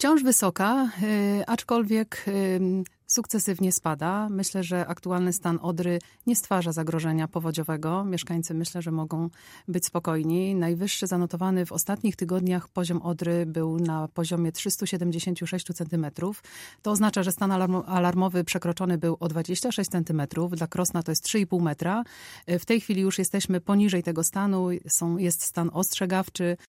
Wciąż wysoka, aczkolwiek sukcesywnie spada. Myślę, że aktualny stan Odry nie stwarza zagrożenia powodziowego. Mieszkańcy myślę, że mogą być spokojni. Najwyższy zanotowany w ostatnich tygodniach poziom Odry był na poziomie 376 cm. To oznacza, że stan alarmowy przekroczony był o 26 cm. Dla Krosna to jest 3,5 metra. W tej chwili już jesteśmy poniżej tego stanu. Jest stan ostrzegawczy.